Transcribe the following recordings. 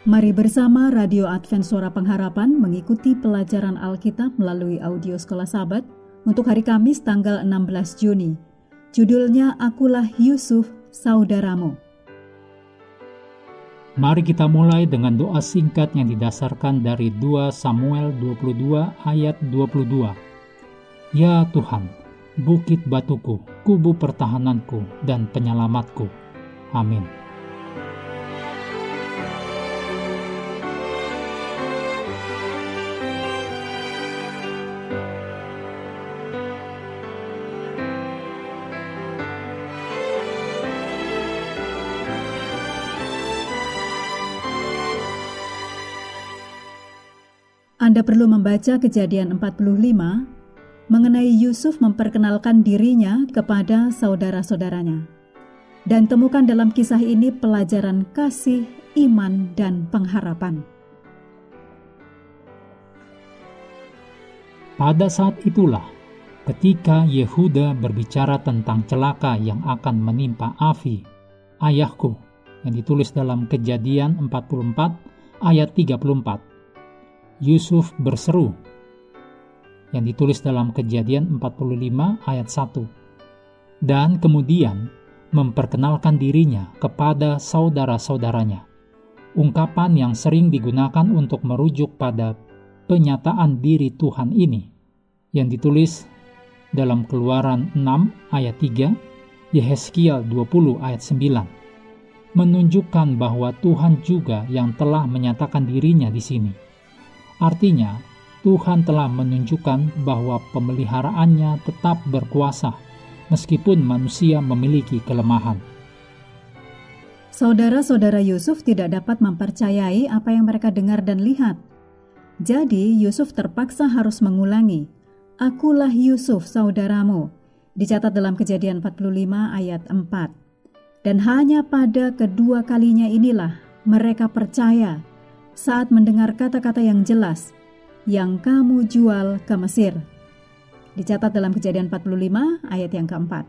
Mari bersama Radio Advent Suara Pengharapan mengikuti pelajaran Alkitab melalui audio Sekolah Sabat untuk hari Kamis tanggal 16 Juni. Judulnya Akulah Yusuf, Saudaramu. Mari kita mulai dengan doa singkat yang didasarkan dari 2 Samuel 22 ayat 22. Ya Tuhan, bukit batuku, kubu pertahananku, dan penyelamatku. Amin. Anda perlu membaca Kejadian 45 mengenai Yusuf memperkenalkan dirinya kepada saudara-saudaranya. Dan temukan dalam kisah ini pelajaran kasih, iman, dan pengharapan. Pada saat itulah, ketika Yehuda berbicara tentang celaka yang akan menimpa Avi, ayahku, yang ditulis dalam Kejadian 44 ayat 34. Yusuf berseru, yang ditulis dalam Kejadian 45 ayat 1, dan kemudian memperkenalkan dirinya kepada saudara-saudaranya. Ungkapan yang sering digunakan untuk merujuk pada penyataan diri Tuhan ini, yang ditulis dalam Keluaran 6 ayat 3, Yehezkiel 20 ayat 9, menunjukkan bahwa Tuhan juga yang telah menyatakan dirinya di sini. Artinya, Tuhan telah menunjukkan bahwa pemeliharaannya tetap berkuasa, meskipun manusia memiliki kelemahan. Saudara-saudara Yusuf tidak dapat mempercayai apa yang mereka dengar dan lihat. Jadi, Yusuf terpaksa harus mengulangi, Akulah Yusuf, saudaramu, dicatat dalam Kejadian 45 ayat 4. Dan hanya pada kedua kalinya inilah mereka percaya saat mendengar kata-kata yang jelas, yang kamu jual ke Mesir. Dicatat dalam Kejadian 45 ayat yang keempat.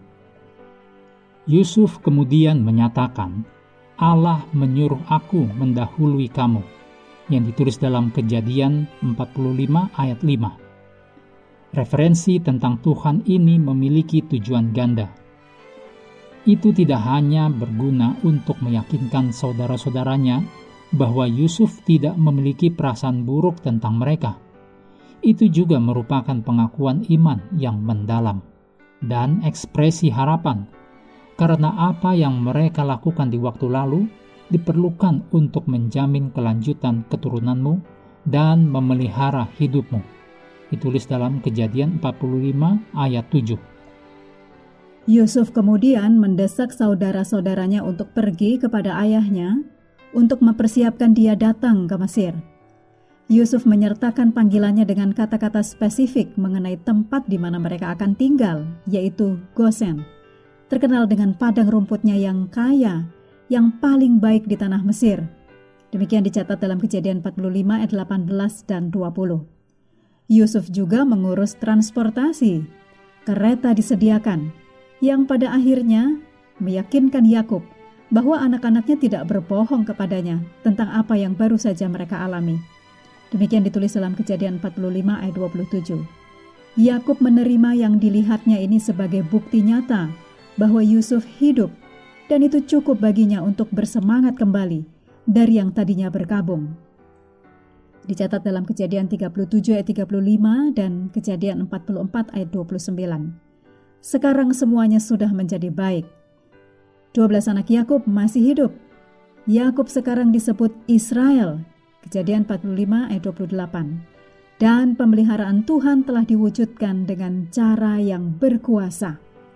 Yusuf kemudian menyatakan, Allah menyuruh aku mendahului kamu, yang ditulis dalam Kejadian 45 ayat 5. Referensi tentang Tuhan ini memiliki tujuan ganda. Itu tidak hanya berguna untuk meyakinkan saudara-saudaranya bahwa Yusuf tidak memiliki perasaan buruk tentang mereka. Itu juga merupakan pengakuan iman yang mendalam dan ekspresi harapan, karena apa yang mereka lakukan di waktu lalu diperlukan untuk menjamin kelanjutan keturunanmu dan memelihara hidupmu. Ditulis dalam Kejadian 45 ayat 7. Yusuf kemudian mendesak saudara-saudaranya untuk pergi kepada ayahnya untuk mempersiapkan dia datang ke Mesir. Yusuf menyertakan panggilannya dengan kata-kata spesifik mengenai tempat di mana mereka akan tinggal, yaitu Gosen, terkenal dengan padang rumputnya yang kaya, yang paling baik di tanah Mesir. Demikian dicatat dalam Kejadian 45 ayat 18 dan 20. Yusuf juga mengurus transportasi. Kereta disediakan, yang pada akhirnya meyakinkan Yakub bahwa anak-anaknya tidak berbohong kepadanya tentang apa yang baru saja mereka alami. Demikian ditulis dalam Kejadian 45 ayat 27. Yakub menerima yang dilihatnya ini sebagai bukti nyata bahwa Yusuf hidup, dan itu cukup baginya untuk bersemangat kembali dari yang tadinya berkabung. Dicatat dalam Kejadian 37 ayat 35 dan Kejadian 44 ayat 29. Sekarang semuanya sudah menjadi baik. 12 anak Yakub masih hidup. Yakub sekarang disebut Israel. Kejadian 45 ayat 28. Dan pemeliharaan Tuhan telah diwujudkan dengan cara yang berkuasa.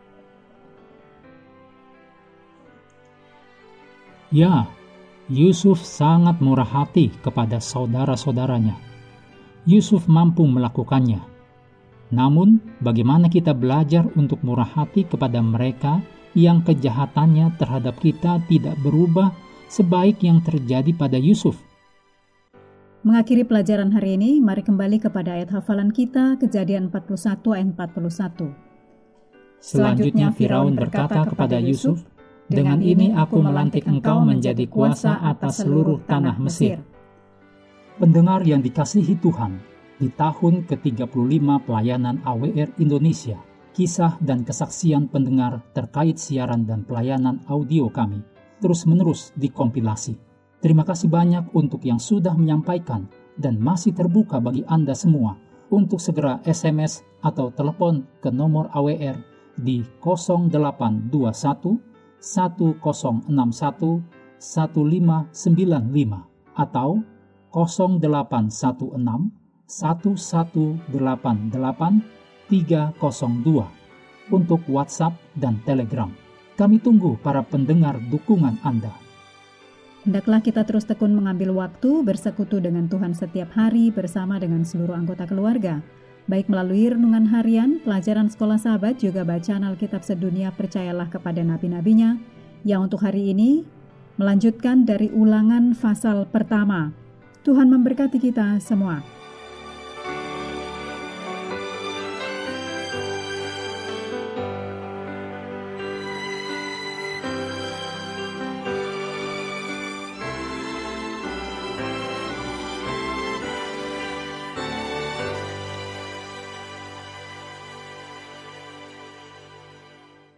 Ya, Yusuf sangat murah hati kepada saudara-saudaranya. Yusuf mampu melakukannya. Namun, bagaimana kita belajar untuk murah hati kepada mereka yang kejahatannya terhadap kita tidak berubah sebaik yang terjadi pada Yusuf? Mengakhiri pelajaran hari ini, mari kembali kepada ayat hafalan kita, Kejadian 41 ayat 41. Selanjutnya Firaun berkata kepada Yusuf, "Dengan ini aku melantik engkau menjadi kuasa atas seluruh tanah Mesir." Pendengar yang dikasihi Tuhan, di tahun ke-35 pelayanan AWR Indonesia, kisah dan kesaksian pendengar terkait siaran dan pelayanan audio kami terus-menerus dikompilasi. Terima kasih banyak untuk yang sudah menyampaikan dan masih terbuka bagi Anda semua untuk segera SMS atau telepon ke nomor AWR di 0821 1061 1595 atau 0816 1188 302 untuk WhatsApp dan Telegram. Kami tunggu para pendengar dukungan Anda. Hendaklah kita terus tekun mengambil waktu bersekutu dengan Tuhan setiap hari bersama dengan seluruh anggota keluarga, baik melalui renungan harian, pelajaran sekolah sahabat, juga bacaan Alkitab sedunia percayalah kepada nabi-nabinya, yang untuk hari ini melanjutkan dari Ulangan pasal pertama. Tuhan memberkati kita semua.